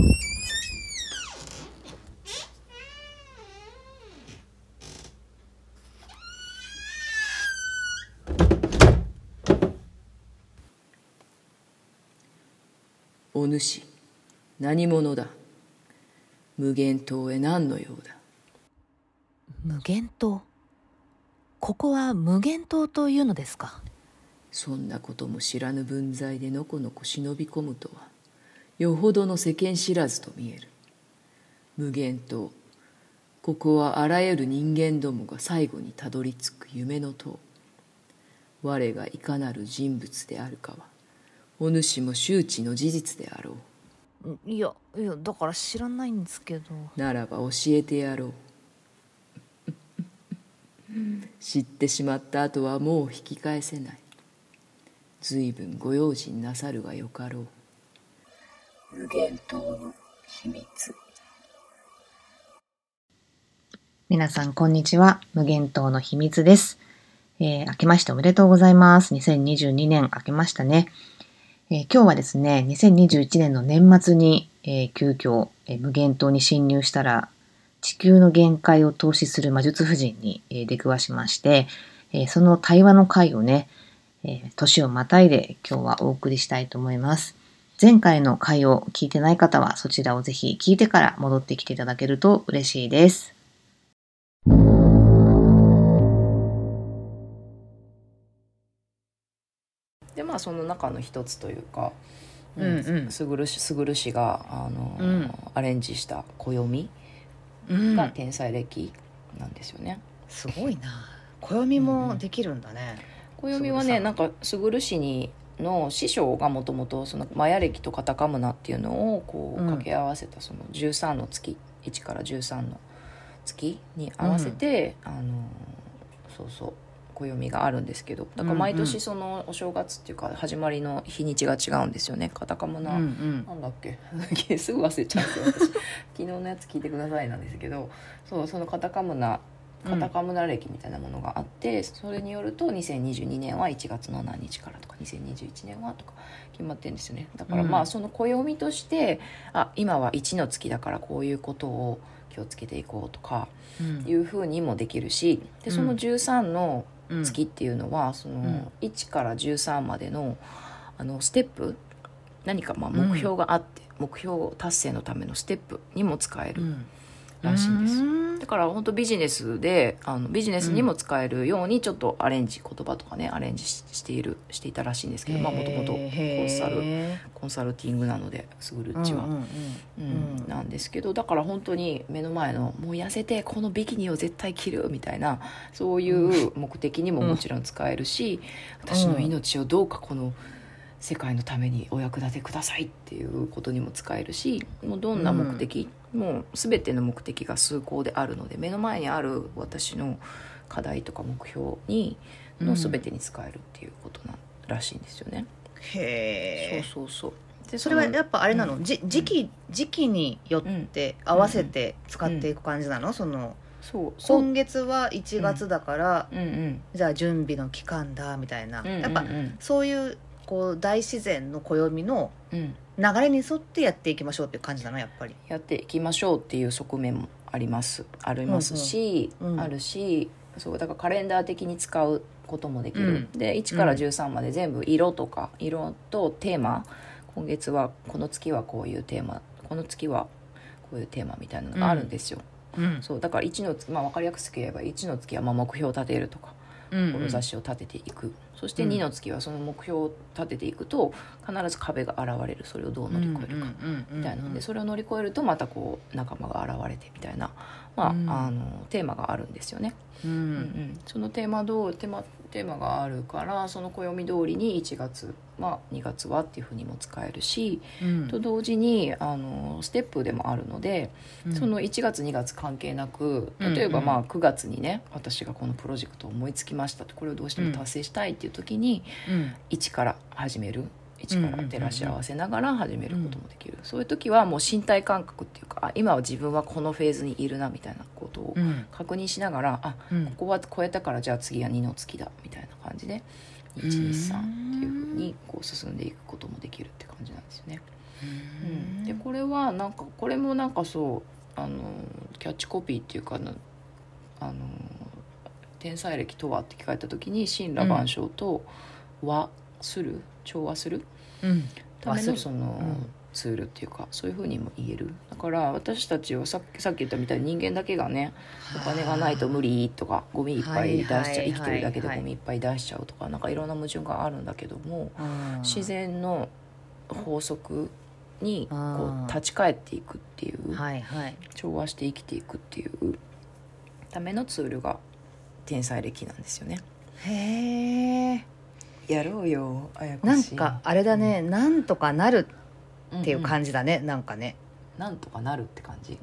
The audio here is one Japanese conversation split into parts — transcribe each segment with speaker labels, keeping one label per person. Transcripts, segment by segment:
Speaker 1: お主、何者だ。無限島へ何の用だ。
Speaker 2: 無限島。ここは無限島というのですか。
Speaker 1: そんなことも知らぬ分際でのこのこ忍び込むとは、よほどの世間知らずと見える。無限島、ここはあらゆる人間どもが最後にたどり着く夢の塔。我がいかなる人物であるかは、お主も周知の事実であろう。
Speaker 2: いやだから知らないんですけど。
Speaker 1: ならば教えてやろう。知ってしまった後はもう引き返せない。随分ご用心なさるがよかろう。無限島の秘密。
Speaker 2: 皆さんこんにちは。無限島の秘密です。明けましておめでとうございます。2022年明けましたね。今日はですね、2021年の年末に、急遽、無限島に侵入したら地球の限界を透視する魔術夫人に、出くわしまして、その対話の回をね、年をまたいで今日はお送りしたいと思います。前回の回を聞いてない方はそちらをぜひ聞いてから戻ってきていただけると嬉しいです。
Speaker 1: でその中の一つというか、すぐるしがアレンジした暦が天才暦なんですよね。
Speaker 2: すごいな。暦もできるんだね。
Speaker 1: 暦はね、なんかすぐるしの師匠がもともとそのマヤ暦とカタカムナっていうのをこう掛け合わせたその13の月、1から13の月に合わせて、暦があるんですけど、だから毎年そのお正月っていうか始まりの日にちが違うんですよね。カタカムナ、なんだっけすぐ忘れちゃうんですよ私昨日のやつ聞いてくださいなんですけど、そのカタカムナ暦みたいなものがあって、それによると2022年は1月の何日からとか2021年はとか決まってるんですよね。だからその暦として今は1の月だからこういうことを気をつけていこうとかいうふうにもできるし、でその13の月っていうのはその1から13までのステップ、何か目標があって、目標達成のためのステップにも使えるらしいんです。だから本当ビジネスでビジネスにも使えるようにちょっとアレンジ、言葉とかねアレンジしていたらしいんですけど、もともとコンサルティングなのでスグルッチはなんですけど、だから本当に目の前のもう痩せてこのビキニを絶対着るみたいな、そういう目的にももちろん使えるし、私の命をどうかこの世界のためにお役立てくださいっていうことにも使えるし、もうどんな目的、もう全ての目的が崇高であるので、目の前にある私の課題とか目標の全てに使えるっていうことらしいんですよね。
Speaker 2: へえ。
Speaker 1: そう
Speaker 2: でそれはやっぱあれなの、時期によって合わせて使っていく感じなの、今月は1月だから、じゃあ準備の期間だみたいな、やっぱそういうこう大自然の暦の流れに沿ってやっていきましょうっていう感じなの。やっぱり
Speaker 1: やっていきましょうっていう側面もありますし、あるし、そうだからカレンダー的に使うこともできる、で1から13まで全部色とテーマ、今月はこの月はこういうテーマ、この月はこういうテーマみたいなのがあるんですよ。そうだから1の月、分かりやすく言えば1の月は目標を立てるとか志を立てていく、そして2の月はその目標を立てていくと必ず壁が現れる、それをどう乗り越えるかみたいなので、それを乗り越えるとまたこう仲間が現れてみたいな、テーマがあるんですよね。そのテーマがあるから、その暦通りに1月、2月はっていうふうにも使えるし、と同時にステップでもあるので、その1月2月関係なく、例えば9月にね、私がこのプロジェクトを思いつきましたと、これをどうしても達成したいっていう時に、1から始める、1から照らし合わせながら始めることもできる、そういう時はもう身体感覚っていうか、今は自分はこのフェーズにいるなみたいなことを確認しながら、ここは超えたからじゃあ次は2の月だみたいな感じで123っていう風にこう進んでいくこともできるって感じなんですよね。 でこれはなんかこれもなんかそうキャッチコピーっていうか天才歴とはって聞かれた時に神羅万象と和する調和するためのそのツールっていうかそういうふうにも言える。だから私たちはさっき言ったみたいに人間だけがねお金がないと無理とかゴミいっぱい出しちゃう、生きてるだけでゴミいっぱい出しちゃうとかなんかいろんな矛盾があるんだけども、自然の法則にこう立ち返っていくっていう、調和して生きていくっていうためのツールが天才歴なんですよね。
Speaker 2: へえ。
Speaker 1: やろうよあやこし。
Speaker 2: なんかあれだね、なんとかなるっていう感じだね、なんかね。
Speaker 1: なんとかなるって感じ。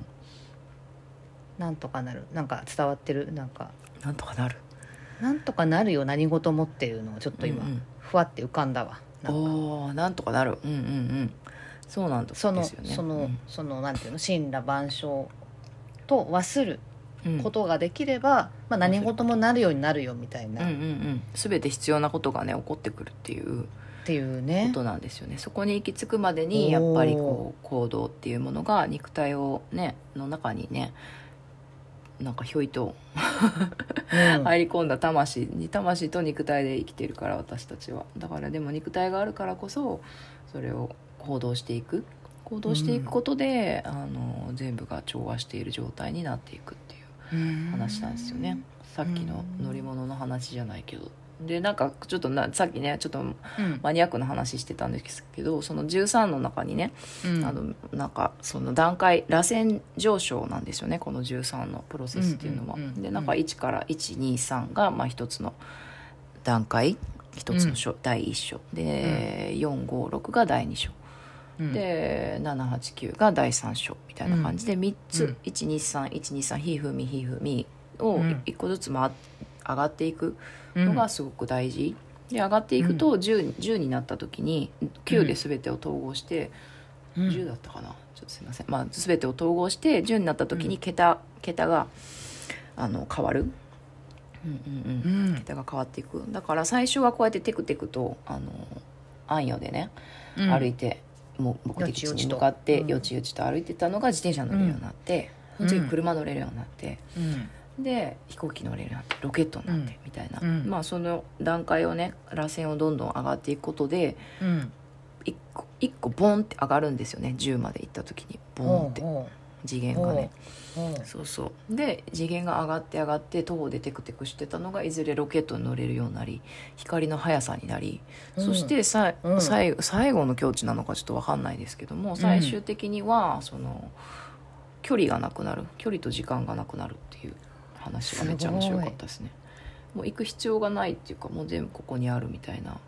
Speaker 2: なんとかなる。なんか伝わってる。なん
Speaker 1: とかなる。
Speaker 2: なんとかなるよ何事もっていうのをちょっと今、ふわって浮かんだわ。
Speaker 1: なんとかなる。そうなんですよね。
Speaker 2: そのなんていうの、神羅万象と和することができれば、何事もなるようになるよみたいな。
Speaker 1: 全て必要なことがね起こってくるっていう
Speaker 2: ね
Speaker 1: ことなんですよね。そこに行き着くまでにやっぱりこう行動っていうものが肉体をねの中にねなんかひょいと入り込んだ魂と肉体で生きてるから私たちは。だからでも肉体があるからこそそれを行動していくことで、全部が調和している状態になっていくっていう話なんですよね。さっきの乗り物の話じゃないけど。でなんかちょっとさっきねちょっとマニアックな話してたんですけど、その13の中にね、なんかその段階螺旋上昇なんですよね、この13のプロセスっていうのは。でなんか1から123が一つの段階、一つの章、第1章で、456が第2章で789が第3章みたいな感じで3つ、123ひふみを1個ずつ上がっていくのがすごく大事で、上がっていくと 10になった時に9で全てを統合して、10だったかな、ちょっとすいません、全てを統合して10になった時に桁が変わる、桁が変わっていく。だから最初はこうやってテクテクと暗夜でね、歩いて目的地に向かってよちよちと歩いてたのが自転車乗れるようになって、次車乗れるようになって、で飛行機乗れるようになってロケットになってみたいな、その段階をね螺旋をどんどん上がっていくことで、一個ボンって上がるんですよね。10まで行った時にボンって次元がね、そうで次元が上がって徒歩でテクテクしてたのがいずれロケットに乗れるようになり光の速さになり、そして最後の境地なのかちょっと分かんないですけども、最終的にはその距離がなくなる、距離と時間がなくなるっていう話がめっちゃ面白かったですね。もう行く必要がないっていうか、もう全部ここにあるみたいな。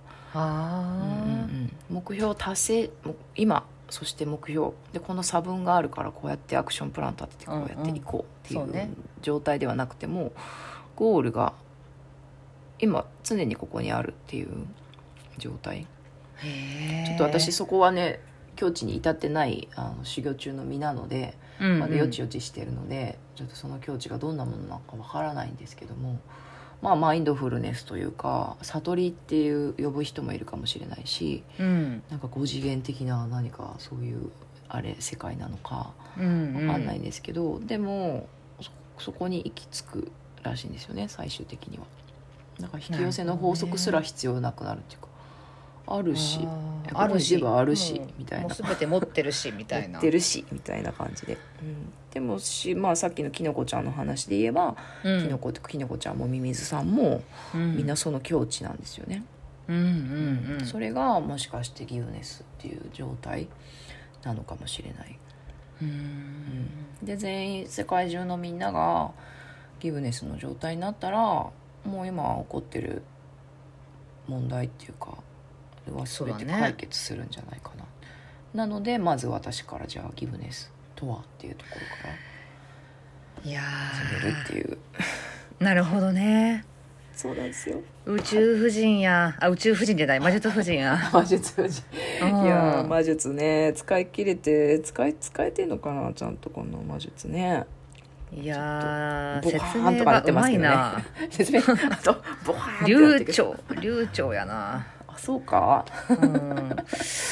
Speaker 1: 目標達成、今そして目標でこの差分があるからこうやってアクションプラン立ててこうやっていこうっていう状態ではなくても、ゴールが今常にここにあるっていう状態。ちょっと私そこはね境地に至ってない修行中の身なので、まだよちよちしてるのでちょっとその境地がどんなものなのかわからないんですけども、マインドフルネスというか悟りっていう呼ぶ人もいるかもしれないし、なんか5次元的な何かそういう世界なのかわかんないんですけど、でもそこに行き着くらしいんですよね最終的には。なんか引き寄せの法則すら必要なくなるっていうか、あるし全部あるしみたいな、
Speaker 2: もう全て持ってるしみたいな
Speaker 1: 持ってるしみたいな感じで、でもさっきのきのこちゃんの話で言えば、きのこちゃんもミミズさんも、みんなその境地なんですよね。それがもしかしてギブネスっていう状態なのかもしれない。で全員世界中のみんながギブネスの状態になったら、もう今起こってる問題っていうかは全て解決するんじゃないかな、なのでまず私からじゃあギブネスとはっていうところから始めるっていう。
Speaker 2: なるほどね。
Speaker 1: そうなんですよ。
Speaker 2: 宇宙婦人や宇宙婦人じゃない魔術婦人や
Speaker 1: 魔術婦人いや魔術ね使い切れて使えてんのかなちゃんとこの魔術ね。
Speaker 2: いや
Speaker 1: ボカーンとかなってますけどね説明あとボカーンって
Speaker 2: 流暢やな。
Speaker 1: そうか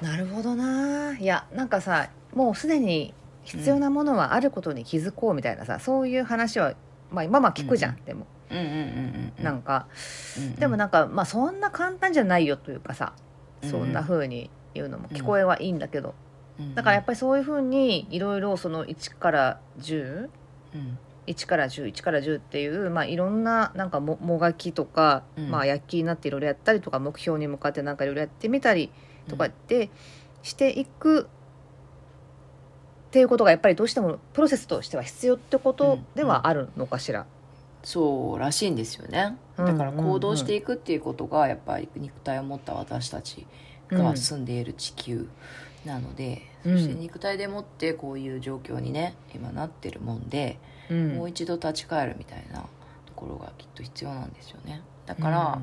Speaker 2: なるほどな。いやなんかさ、もうすでに必要なものはあることに気づこうみたいなさ、そういう話は、まあ、今聞くじゃん、でもなんか、でもなんか、まあそんな簡単じゃないよというかさ、そんな風に言うのも聞こえはいいんだけど、だからやっぱりそういう風にいろいろその1から10、1から10、1から10っていう、まあ、いろんななんかもがきとか、まあ、躍起になっていろいろやったりとか、目標に向かってなんかいろいろやってみたりとかってしていくっていうことがやっぱりどうしてもプロセスとしては必要ってことではあるのかしら。
Speaker 1: そうらしいんですよね。だから行動していくっていうことがやっぱり肉体を持った私たちが住んでいる地球なので、そして肉体でもってこういう状況にね今なってるもんで、もう一度立ち返るみたいなところがきっと必要なんですよね。だから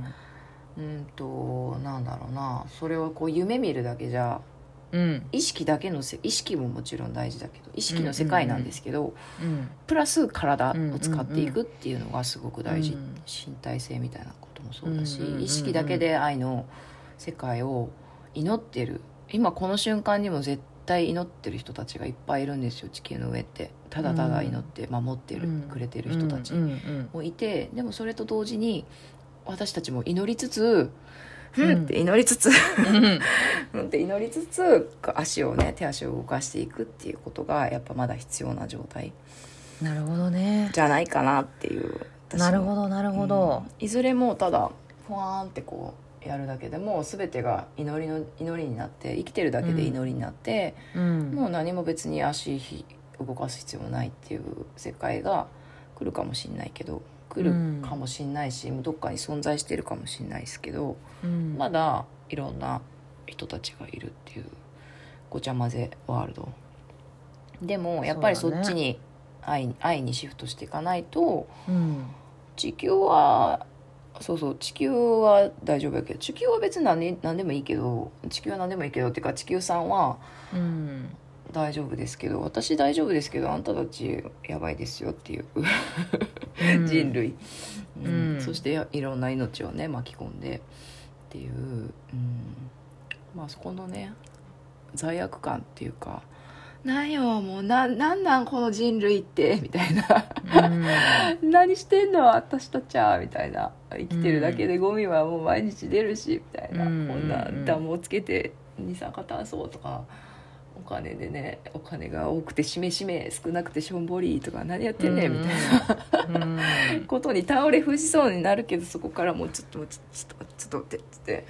Speaker 1: なんだろうな、それをこう夢見るだけじゃ、意識だけの意識ももちろん大事だけど意識の世界なんですけど、プラス体を使っていくっていうのがすごく大事、身体性みたいなこともそうだし、意識だけで愛の世界を祈ってる、今この瞬間にも絶対祈ってる人たちがいっぱいいるんですよ、地球の上って。ただただ祈って守ってくれてる人たちもいて、でもそれと同時に私たちも祈りつつって祈りつつって祈りつつ足をね、手足を動かしていくっていうことがやっぱまだ必要な状態
Speaker 2: なるほどね
Speaker 1: じゃないかなっていう。
Speaker 2: なるほどなるほど、
Speaker 1: いずれもただふわーんってこうやるだけでも全てが祈りになって、生きてるだけで祈りになって、もう何も別に足動かす必要もないっていう世界が来るかもしれないけど、来るかもしれないし、どっかに存在してるかもしれないですけど、まだいろんな人たちがいるっていうごちゃ混ぜワールドでもやっぱりそっちに愛にシフトしていかないと、地球は地球は大丈夫やけど、地球は別に何でもいいけど、地球は何でもいいけどっていうか、地球さんは大丈夫ですけど、私大丈夫ですけどあんたたちやばいですよっていう人類、そしていろんな命をね巻き込んでっていう、まあそこのね罪悪感っていうか、なんよもうなんこの人類ってみたいな何してんの私たちはみたいな、生きてるだけでゴミはもう毎日出るしみたいな、こんな暖房つけて二酸化炭素とかお金でね、お金が多くてしめ少なくてしょんぼりとか何やってんねんみたいなことに倒れ伏しそうになるけど、そこからもうちょっと待って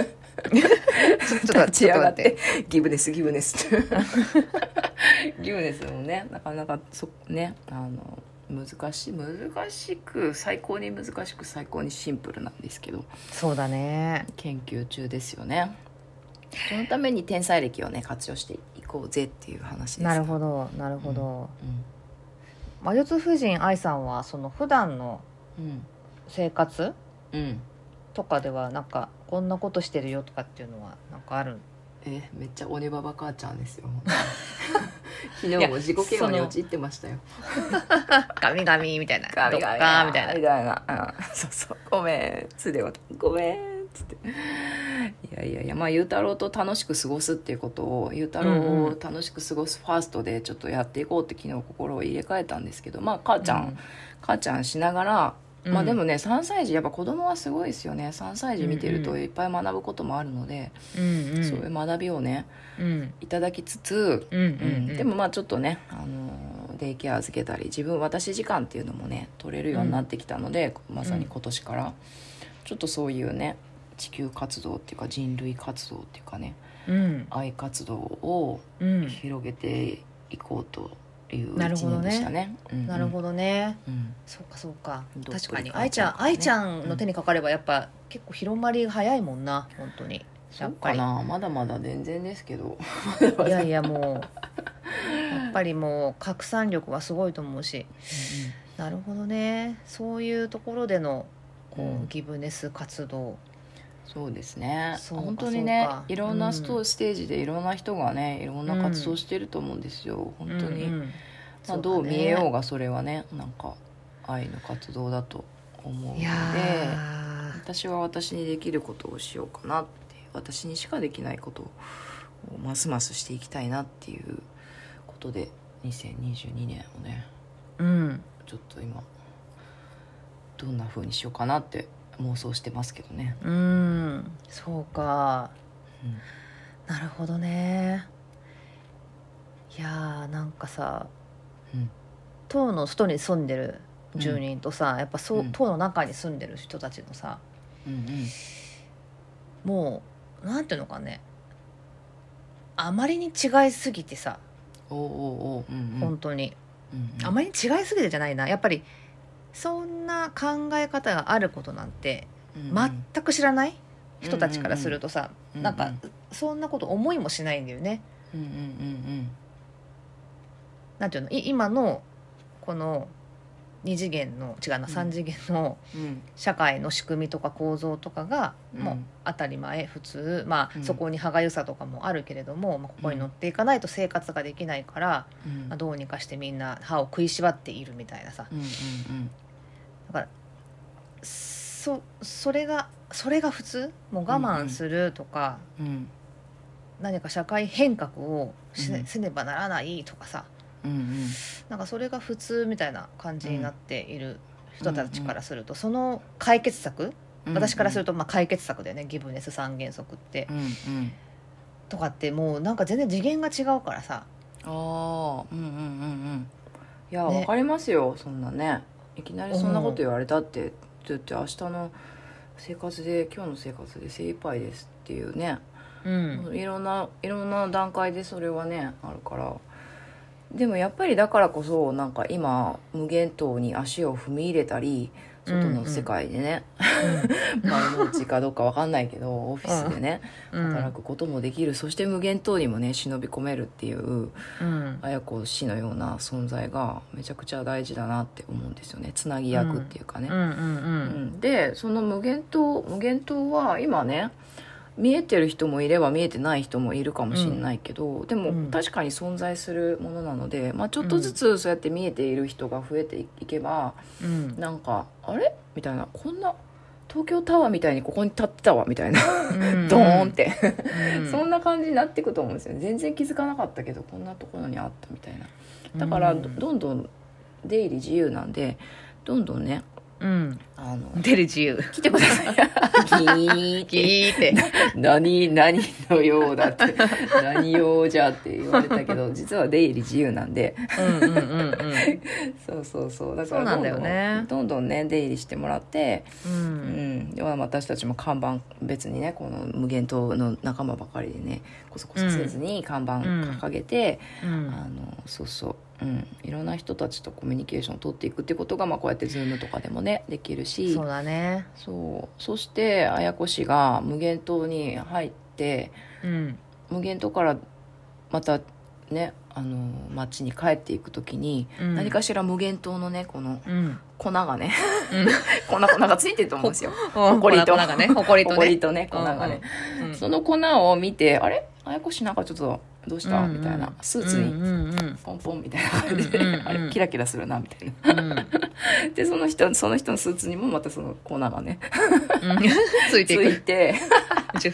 Speaker 1: 立ち上がってギブネスギブネスもねなかなか難しく最高に難しく最高にシンプルなんですけど、
Speaker 2: そうだね、
Speaker 1: 研究中ですよね。そのために天才歴をね活用していこうぜっていう話です。
Speaker 2: なるほどなるほど、魔術夫人愛さんはその普段の生活、とかではなんかこんなことしてるよとかっていうのはなんかある？
Speaker 1: めっちゃおねばば母ちゃんですよ昨日も自己嫌悪に陥ってましたよ
Speaker 2: ガミガミみたいな、
Speaker 1: ガミガミ
Speaker 2: みたいな、
Speaker 1: そうごめんつでごめんつっていやまあゆうたろうと楽しく過ごすっていうことを、ゆうたろうを楽しく過ごすファーストでちょっとやっていこうって昨日心を入れ替えたんですけど、まあ母ちゃんしながら、まあでもね3歳児やっぱ子供はすごいですよね。3歳児見てるといっぱい学ぶこともあるので、そういう学びをね、いただきつつ、でもまあちょっとねデイケア預けたり私時間っていうのもね取れるようになってきたので、まさに今年からちょっとそういうね地球活動っていうか人類活動っていうかね、愛活動を広げていこうという一年でしたね。
Speaker 2: なるほどね、そうか確かに愛ちゃんの手にかかればやっぱ結構広まりが早いもんな、本当に。
Speaker 1: そうかな、まだまだ全然ですけど
Speaker 2: いやもうやっぱりもう拡散力はすごいと思うし、なるほどね、そういうところでのこう、ギブネス活動、
Speaker 1: そうですね、本当にねいろんなステージでいろんな人がねいろんな活動してると思うんですよ、本当に、まあ、どう見えようがそれはねなんか愛の活動だと思うので、私は私にできることをしようかなって、私にしかできないことますますしていきたいなっていうことで2022年をね、ちょっと今どんな風にしようかなって妄想してますけどね。
Speaker 2: そうか、なるほどね。いやーなんかさ、塔の外に住んでる住人とさ、やっぱ塔の中に住んでる人たちのさ、もうなんていうのかね、あまりに違いすぎてさ、本当に、あまりに違いすぎてじゃないな、やっぱりそんな考え方があることなんて全く知らない人たちからするとさ、なんかそんなこと思いもしないんだよね。なんていうの、今のこの2次元の違うな3次元の社会の仕組みとか構造とかがもう当たり前普通、そこに歯がゆさとかもあるけれども、ここに乗っていかないと生活ができないから、どうにかしてみんな歯を食いしばっているみたいなさ、だからそれが普通、もう我慢するとか、何か社会変革をせねばならないとかさ、なんかそれが普通みたいな感じになっている人たちからすると、その解決策、私からすると解決策だよね、ギブネス三原則って、とかってもうなんか全然次元が違うからさ。
Speaker 1: いや、わかりますよ、そんなね、いきなりそんなこと言われたって、だって明日の生活で今日の生活で精一杯ですっていうね、いろんな段階でそれはねあるから。でもやっぱりだからこそなんか今無限島に足を踏み入れたり、外の世界でね、丸の内かどうか分かんないけどオフィスでね、働くこともできる、そして無限島にもね忍び込めるっていう綾子氏のような存在がめちゃくちゃ大事だなって思うんですよね。つなぎ役っていうかね。でその無限島は今ね見えてる人もいれば見えてない人もいるかもしれないけど、でも確かに存在するものなので、ちょっとずつそうやって見えている人が増えていけば、なんかあれみたいな、こんな東京タワーみたいにここに立ってたわみたいなドーンってそんな感じになっていくと思うんですよね。全然気づかなかったけどこんなところにあったみたいな。だからどんどん出入り自由なんで、どんどんね、
Speaker 2: 出る自由
Speaker 1: 来てくださいギーって何のようだって何用じゃって言われたけど実は出入り自由なんでそうだからどんどんね出入りしてもらって、では私たちも看板別にねこの無限島の仲間ばかりでねこそせずに看板掲げて、いろんな人たちとコミュニケーションを取っていくっていうことが、こうやって Zoom とかでもねできるし、
Speaker 2: そうだね。
Speaker 1: そして綾子氏が無限島に入って、無限島からまたね町に帰っていくときに、何かしら無限島のねこの粉がね、粉がついてると思うんですよ。ほこりとね粉がね、その粉を見て、あれ綾子氏なんかちょっとどうした、みたいな、スーツにポンポンみたいな感じで、あれキラキラするなみたいな、でその人のスーツにもまたその粉がね
Speaker 2: ついて受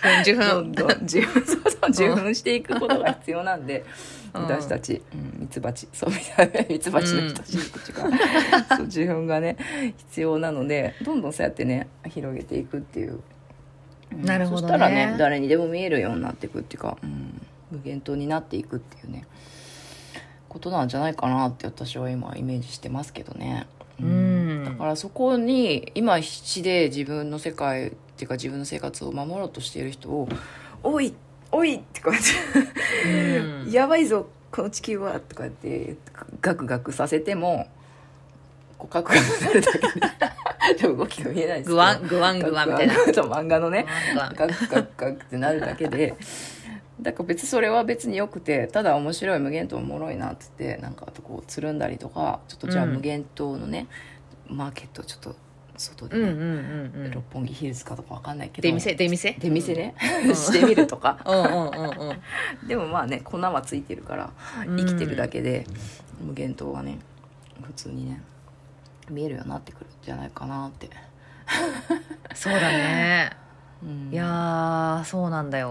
Speaker 1: 粉していくことが必要なんで、私たちミツバチミツバチの人たちが受粉がね必要なので、どんどんそうやってね広げていくっていう、
Speaker 2: なるほどね。
Speaker 1: そしたらね誰にでも見えるようになっていくっていうか、無限島になっていくっていうねことなんじゃないかなって私は今イメージしてますけどね。だからそこに今必死で自分の世界っていうか自分の生活を守ろうとしている人をおいってこうやってやばいぞこの地球はとかやってガクガクさせてもこうカクカクなるだけで動きが見えないですけど、
Speaker 2: グワンみたいな
Speaker 1: 漫画のねガクガクガクってなるだけで、だから別にそれは別によくて、ただ面白い無限島おもろいなって言ってなんかこうつるんだりとか、ちょっとじゃあ無限島のね、マーケットちょっと外でね、六本木ヒルズかとかわかんないけど
Speaker 2: 出店ね、
Speaker 1: してみるとかでもね粉はついてるから生きてるだけで、無限島はね普通にね見えるようになってくるんじゃないかなって
Speaker 2: そうだね、いやそうなんだよ。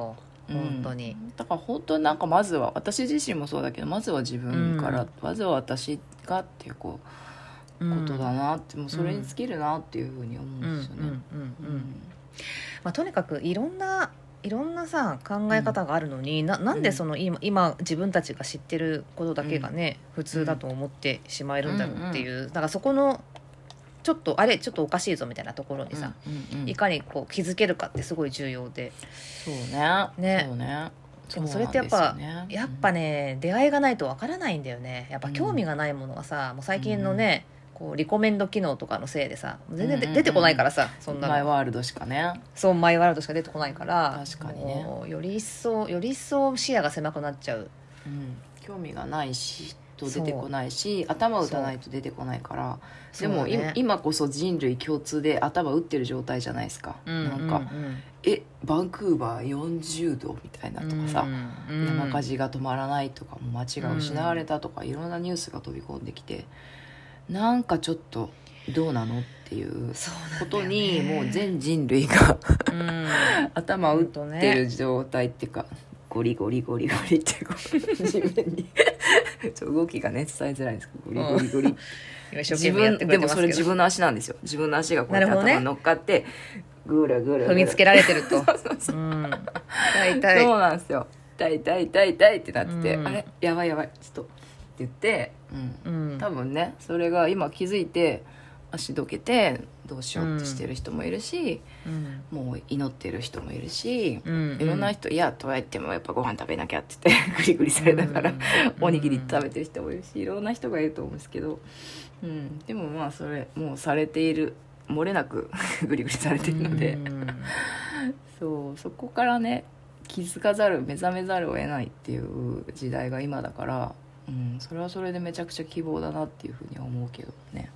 Speaker 2: 本当に、
Speaker 1: だから本当になんかまずは私自身もそうだけどまずは自分から、まずは私がっていうことだなって、もうそれに尽きるなっていうふうに思うんですよね。
Speaker 2: とにかくいろんなさ考え方があるのに、なんでその今自分たちが知ってることだけがね、普通だと思ってしまえるんだろうっていう、だからそこのちょっとおかしいぞみたいなところにさ、いかにこう気づけるかってすごい重要で。
Speaker 1: そうね。そうね。
Speaker 2: でもそれってやっぱね、出会いがないとわからないんだよね。やっぱ興味がないものはさ、もう最近のね、こうリコメンド機能とかのせいでさ全然出てこないからさ、そんなの
Speaker 1: マイワールドしかね、
Speaker 2: そうマイワールドしか出てこないから、
Speaker 1: 確かにね、
Speaker 2: より一層視野が狭くなっちゃう、
Speaker 1: 興味がないしと出てこないし、頭打たないと出てこないから。でも、今こそ人類共通で頭打ってる状態じゃないですか、なんかバンクーバー40度みたいなとかさ、山火事が止まらないとか、街が失われたとか、いろんなニュースが飛び込んできて、なんかちょっとどうなのっていうことに、もう全人類が頭打ってる状態っていうか、ゴリゴリゴリゴリって地面に動きがね伝えづらいんですけど、ゴリゴリゴリ自分でもそれ自分の足なんですよ。自分の足がこうやって頭に乗っかってぐらぐら
Speaker 2: 踏みつけられてるとそう
Speaker 1: なんですよ。痛い痛い痛い痛いってなってて、あれやばいやばいちょっとって言って、多分ねそれが今気づいて足どけてどうしようってしてる人もいるし、もう祈ってる人もいるし、いろんな人、いやとは言ってもやっぱご飯食べなきゃって言ってグリグリされながら、おにぎり食べてる人もいるし、いろんな人がいると思うんですけど、でもまあそれもうされている、漏れなくグリグリされているのでそこからね気づかざる、目覚めざるを得ないっていう時代が今だから、それはそれでめちゃくちゃ希望だなっていうふうには思うけどね。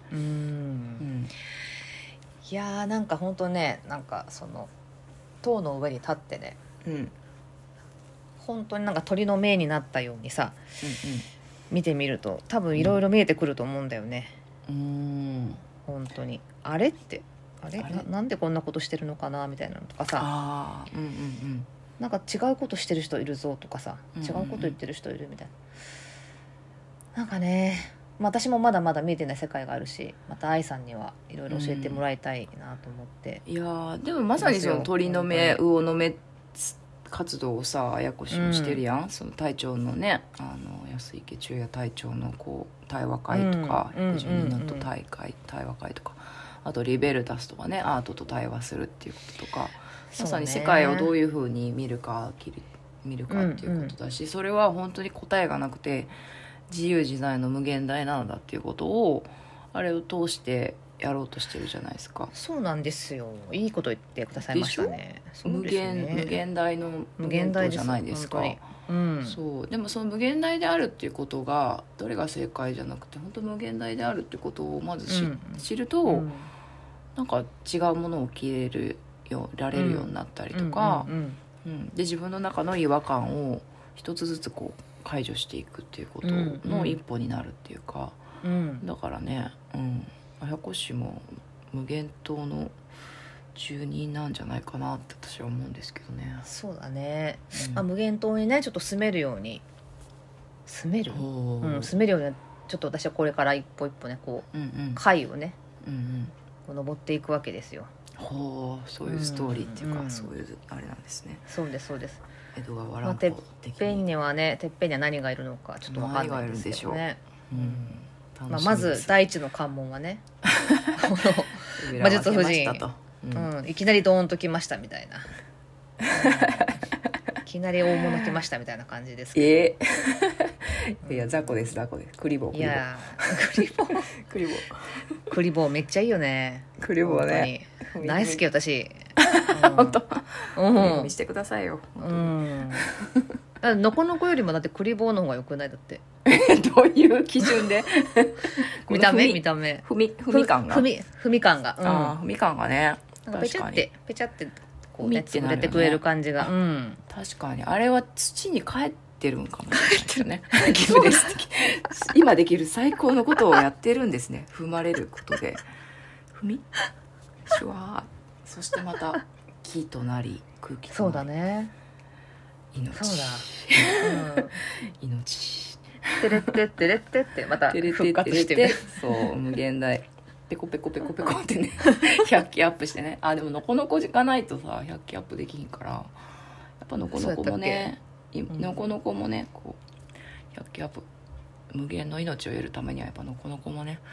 Speaker 2: いやーなんか本当ね、なんかその塔の上に立ってね、本当になんか鳥の目になったようにさ、見てみると多分いろいろ見えてくると思うんだよね。本当にあれなんでこんなことしてるのかなみたいなのとかさ、なんか違うことしてる人いるぞとかさ、違うこと言ってる人いるみたいな、なんかね、私もまだまだ見えてない世界があるし、また愛さんにはいろいろ教えてもらいたいなと思って、
Speaker 1: いやでもまさにその鳥の目魚の目活動をさあやこしもしてるやん、その隊長のね、安池中也隊長のこう対話会とか、112のと対話会とか、あとリベルタスとかね、アートと対話するっていうこととか、まさに世界をどういうふうに見るかっていうことだし、それは本当に答えがなくて自由自在の無限大なのだっていうことをあれを通してやろうとしてるじゃないですか。
Speaker 2: そうなんですよ。いいこと言ってくださいましたね。
Speaker 1: 無限大の無限大じゃないですか。そうでもその無限大であるっていうことがどれが正解じゃなくて、本当無限大であるっていうことをまず知ると、なんか違うものを着られるようになったりとか、で自分の中の違和感を一つずつこう解除していくっていうことの一歩になるっていうか、だからね、綾子氏も無限島の住人なんじゃないかなって私は思うんですけどね。
Speaker 2: そうだね、無限島にねちょっと住めるようにちょっと私はこれから一歩一歩ねこう、階をね、こう登っていくわけですよ。
Speaker 1: そういうストーリーっていうか、そういうあれなんですね。
Speaker 2: そうですそうです。
Speaker 1: 江戸川乱歩
Speaker 2: てっぺんには何がいるのかちょっと分かんないんですけどね。まず第一の関門はね魔術夫人、いきなりドーンと来ましたみたいな、いきなり大物来ましたみたいな感じですけ
Speaker 1: ど、いや雑魚ですクリボー、いや
Speaker 2: クリボーめっちゃいいよね。
Speaker 1: クリボーね
Speaker 2: 大好き私。
Speaker 1: 本当見してくださいよ。
Speaker 2: のこのこよりもだってクリボーの方が良くない？だって
Speaker 1: どういう基準で
Speaker 2: 見た目
Speaker 1: 踏み感が
Speaker 2: 踏み感が、
Speaker 1: 踏み感がね、
Speaker 2: なんかペチャってこうね潰れてくれる感じが、
Speaker 1: 確かにあれは土に帰ってるんかもしれないですね今できる最高のことをやってるんですね。踏まれることでシュワー、そしてまた木となり空気となり、
Speaker 2: そうだね。
Speaker 1: 命
Speaker 2: そうだ、
Speaker 1: 命
Speaker 2: テレッテテレッテってまた
Speaker 1: テレテ
Speaker 2: 復活して
Speaker 1: テレ
Speaker 2: る。
Speaker 1: テそう無限大ペコペコペコペコってね100期アップしてね。あでもノコノコがないとさ100期アップできひんから、やっぱノコノコもねノコノコもねこう100期アップ無限の命を得るためにはやっぱノコノコもね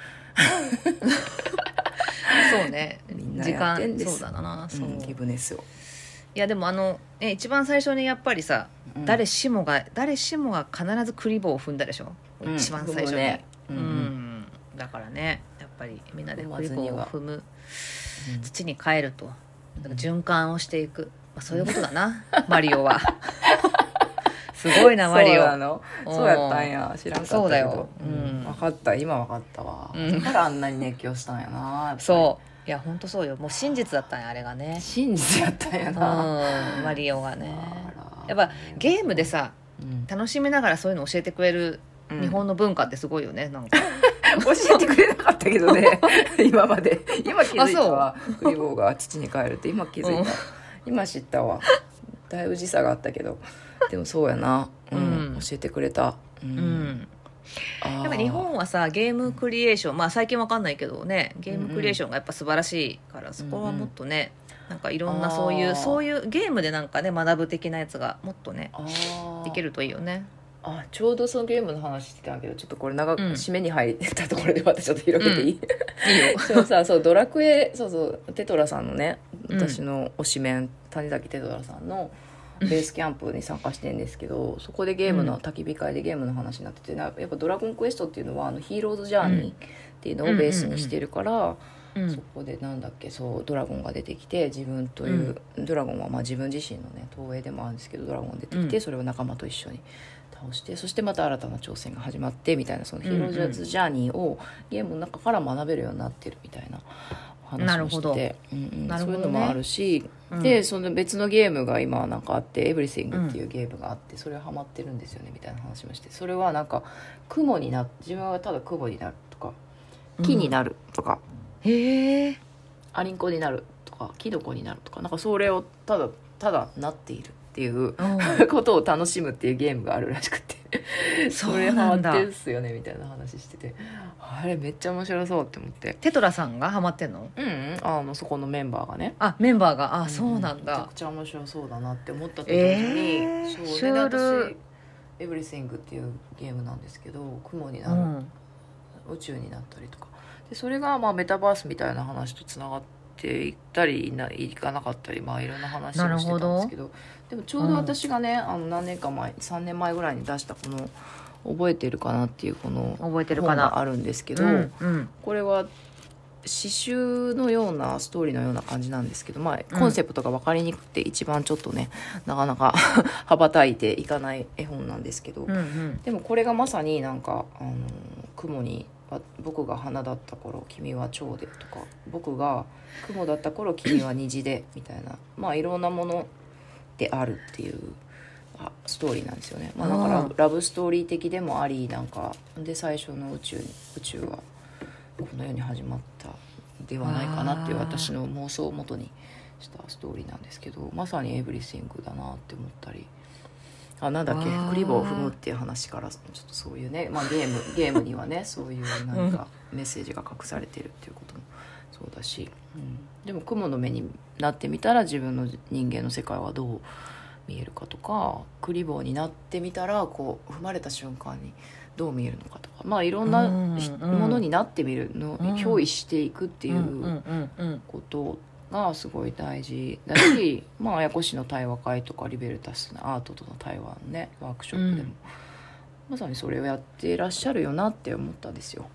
Speaker 2: そうね、
Speaker 1: みんな
Speaker 2: 時間
Speaker 1: やってんです。
Speaker 2: そうだな、そう、
Speaker 1: ギブネスを、
Speaker 2: いやでも一番最初にやっぱりさ、誰しもが必ずクリボーを踏んだでしょ、一番最初に、
Speaker 1: ね
Speaker 2: だからねやっぱりみんなでクリボーを踏む、
Speaker 1: うん
Speaker 2: 土に帰ると、だから循環をしていく、まあ、そういうことだなマリオはすごいなマリオ。
Speaker 1: そうなの、そうやったんや、知らんかったけど。
Speaker 2: そうだよ、
Speaker 1: 分かった、今分かったわ、だからあんなに熱狂したんやな。
Speaker 2: そういや本当そうよ、もう真実だったんやあれがね、
Speaker 1: 真実やったんやな、
Speaker 2: マリオがね。
Speaker 1: あら
Speaker 2: やっぱゲームでさ
Speaker 1: うん
Speaker 2: 楽しみながらそういうの教えてくれる日本の文化ってすごいよね、なんか
Speaker 1: 教えてくれなかったけどね今まで。今気づいたわ、クリボーが父に帰るって今気づいた、今知ったわ。だいぶ時差があったけど、でもそうやな、教えてくれた。
Speaker 2: やっぱ日本はさゲームクリエーション、まあ最近わかんないけどね、ゲームクリエーションがやっぱ素晴らしいから、そこはもっとね、なんかいろんなそういうゲームでなんかね学ぶ的なやつがもっとねできるといいよね。
Speaker 1: ちょうどそのゲームの話してたけど、ちょっとこれ締めに入ったところでまたちょっと広げていい、
Speaker 2: いいよ
Speaker 1: そうさ、そうドラクエ、そうテトラさんのね、私の推しメン谷崎テトラさんのベースキャンプに参加してるんですけど、そこでゲームの焚き火会でゲームの話になってて、やっぱドラゴンクエストっていうのはヒーローズジャーニーっていうのをベースにしてるから、そこでなんだっけ、そうドラゴンが出てきて、自分という、ドラゴンはまあ自分自身のね投影でもあるんですけど、ドラゴンが出てきて、それを仲間と一緒に倒して、そしてまた新たな挑戦が始まってみたいな、そのヒーローズジャーニーをゲームの中から学べるようになってるみたいなお話をしてて、そういうのもあるし、でその別のゲームが今なんかあって、エブリシングっていうゲームがあって、それはハマってるんですよねみたいな話もして、それはなんか自分はただ雲になるとか木になるとか、
Speaker 2: へえ、
Speaker 1: アリンコになるとかキノコになるとか、なんかそれをただなっているっていうことを楽しむっていうゲームがあるらしくてそれハマってるっすよねみたいな話してて、あれめっちゃ面白そうって思って。
Speaker 2: テトラさんがハマってんの？
Speaker 1: そこのメンバーがね、
Speaker 2: メンバーがそうなんだ、
Speaker 1: めちゃくちゃ面白そうだなって思ったと同時に、そうで私エブリシングっていうゲームなんですけど、雲になる、宇宙になったりとかで、それがまあメタバースみたいな話とつながっていったりいかなかったり、まあいろんな話をしてたんですけど、でもちょうど私がね、何年か前3年前ぐらいに出したこの覚えてるかなっていうこの本があるんですけど、これは詩集のようなストーリーのような感じなんですけど、まあコンセプトが分かりにくくて一番ちょっとねなかなか羽ばたいていかない絵本なんですけど、でもこれがまさになんか雲に、僕が花だった頃君は蝶でとか、僕が雲だった頃君は虹でみたいな、まあいろんなものであるっていうストーリーなんですよね。だからラブストーリー的でもあり、なんかで最初の宇宙はこの世に始まったではないかなっていう私の妄想をもとにしたストーリーなんですけど、まさにエブリシングだなって思ったり、なんだっけ、クリボーを踏むっていう話からちょっとそういうね、まあ、ゲームにはねそういう何かメッセージが隠されてるっていうこともそうだし、でも雲の目になってみたら自分の人間の世界はどう見えるかとか、クリボーになってみたらこう踏まれた瞬間にどう見えるのかとか、まあいろんなものになってみるのを憑依していくっていうことがすごい大事だし、まあ綾子市の対話会とかリベルタスのアートとの対話のねワークショップでも、まさにそれをやっていらっしゃるよなって思ったんですよ。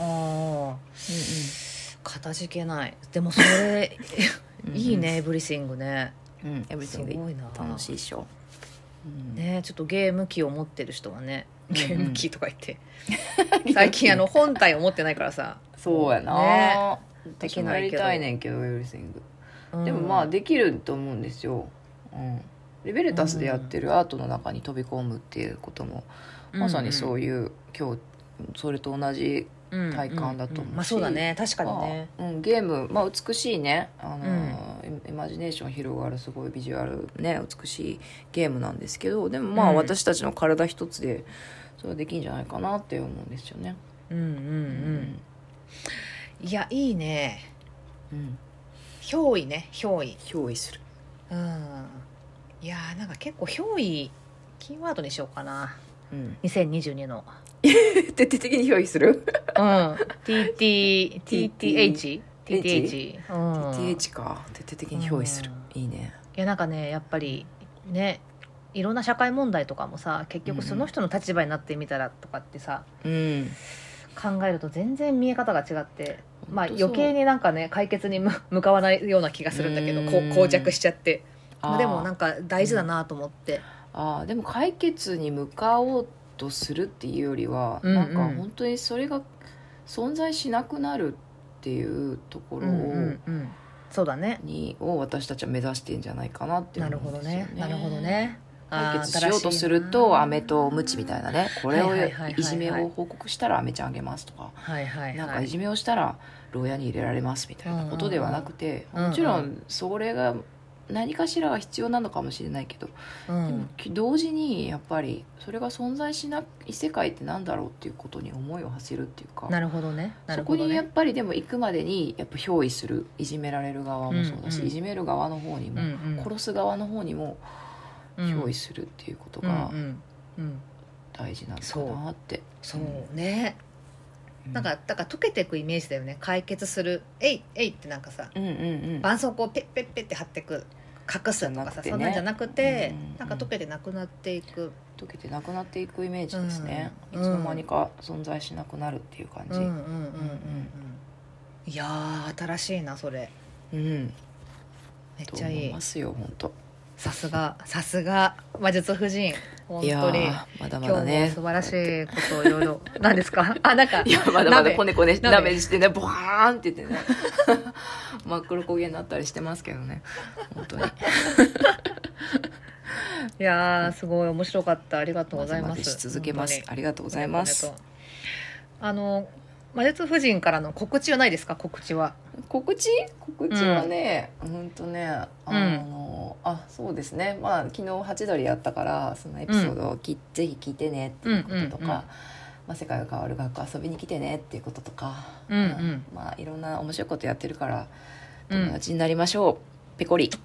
Speaker 2: かたじけない。でもそれいいね、エブリシングね。
Speaker 1: エブリシング楽しいでしょ。
Speaker 2: ね、ちょっとゲーム機を持ってる人はね、ゲーム機とか言って最近本体を持ってないからさ、
Speaker 1: そうやな、私もやりたいねんけどエブリシング、でもまあできると思うんですよ。リベルタスでやってるアートの中に飛び込むっていうことも、まさにそういう境それと同じ体感だと思うし、
Speaker 2: まあそうだね、確かにね、
Speaker 1: ゲーム、美しいね、イマジネーション広がるすごいビジュアルね美しいゲームなんですけど、でも私たちの体一つでそれはできるんじゃないかなって思うんですよね。
Speaker 2: いやいいね、憑依ね、憑依
Speaker 1: する。
Speaker 2: いやなんか結構憑依キーワードにしようかな、2022の
Speaker 1: 徹底的に憑依する
Speaker 2: TTH
Speaker 1: か、徹底的に憑依する、いいね。
Speaker 2: いやなんかね、やっぱりね、いろんな社会問題とかもさ、結局その人の立場になってみたらとかってさ、考えると全然見え方が違って、余計になんかね解決に向かわないような気がするんだけど、膠着しちゃって、でもなんか大事だなと思って、
Speaker 1: でも解決に向かおうとするっていうよりは、なんか本当にそれが存在しなくなるっていうところを、
Speaker 2: そうだね、
Speaker 1: を私たちは目指してんじゃないかなって思うんですよね。
Speaker 2: なるほどね。
Speaker 1: 解決しようとすると飴とムチみたいなね、これをいじめを報告したら飴ちゃんあげますとか、なんかいじめをしたら牢屋に入れられますみたいなことではなくて、もちろんそれが何かしらは必要なのかもしれないけど、でも同時にやっぱりそれが存在しない世界ってなんだろうっていうことに思いを馳せるっていうか、
Speaker 2: なるほどね、
Speaker 1: そこにやっぱりでも行くまでにやっぱ憑依する、いじめられる側もそうだし、いじめる側の方にも、殺す側の方にも憑依するっていうことが大事なのかなって。
Speaker 2: そうね、なんかだから溶けていくイメージだよね。解決する、えいってなんかさ、絆創膏をペッペッペッって貼っていく、隠すとかさ、そんなんじゃなくて、なんか溶けてなくなっていく、
Speaker 1: 溶けてなくなっていくイメージですね。いつの間にか存在しなくなるっていう感じ。
Speaker 2: いやー新しいなそれ。めっちゃいい。
Speaker 1: と思いますよ本当。
Speaker 2: さすが魔術夫人、本当に
Speaker 1: まだまだね、
Speaker 2: 今日も素晴らしいことをいろいろ何ですかなんか
Speaker 1: いやまだまだこね鍋してね、ボワーンって言ってね真っ黒焦げになったりしてますけどね本当に
Speaker 2: いやすごい面白かった。ありがとうございます。
Speaker 1: まずまずし続けます。ありがとうございます。
Speaker 2: 魔術夫人からの告知はないですか？告知は
Speaker 1: ね、本当ね、そうですね、昨日ハチドリやったからそのエピソードをぜひ聞いてねっていうこととか、世界が変わる学校遊びに来てねっていうこととか、いろんな面白いことやってるから友達になりましょう。ペコリ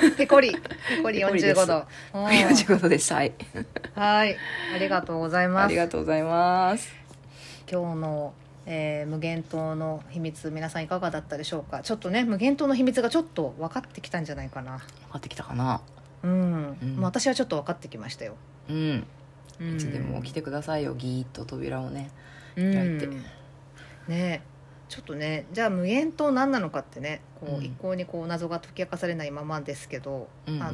Speaker 1: 45度45度です。はい、
Speaker 2: ありがとうございます。
Speaker 1: ありがとうございます。
Speaker 2: 今日の無限島の秘密、皆さんいかがだったでしょうか。ちょっとね無限島の秘密がちょっと分かってきたんじゃないかな。
Speaker 1: 分かってきたかな。
Speaker 2: 私はちょっと分かってきましたよ。
Speaker 1: いつでも来てくださいよ。ギーッと扉をね開いて
Speaker 2: ね。ちょっとね、じゃあ無限島何なのかってね、一向に謎が解き明かされないままですけど、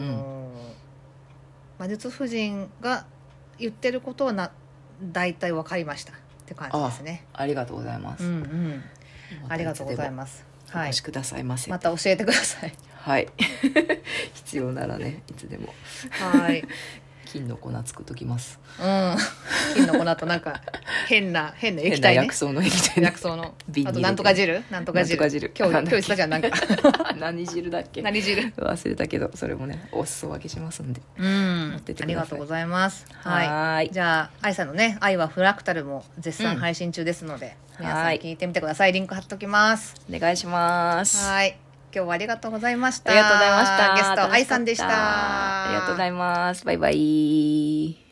Speaker 2: 魔術夫人が言ってることは大体分かりましたって感じですね。
Speaker 1: ありがとうございます。
Speaker 2: ありがとうございます。
Speaker 1: お越しくださいませ。
Speaker 2: また教えてください。
Speaker 1: はい必要ならね、いつでも。金の粉作っときます。
Speaker 2: 金の粉となんか変な液体ね。
Speaker 1: 薬草の液体ね。
Speaker 2: 薬草のあとなんとか汁今日言ってたじゃん。なんか
Speaker 1: 何汁だっけ。
Speaker 2: 何汁
Speaker 1: 忘れたけど、それもねお裾分けしますんで
Speaker 2: 持ってってください。ありがとうございます。じゃあ愛さんのね愛はフラクタルも絶賛配信中ですので、皆さん聞いてみてください。リンク貼っときます。
Speaker 1: お願いします。
Speaker 2: 今日はありがとうございました。
Speaker 1: ありがとうございました。
Speaker 2: ゲスト愛さんでした。
Speaker 1: ありがとうございます。バイバイ。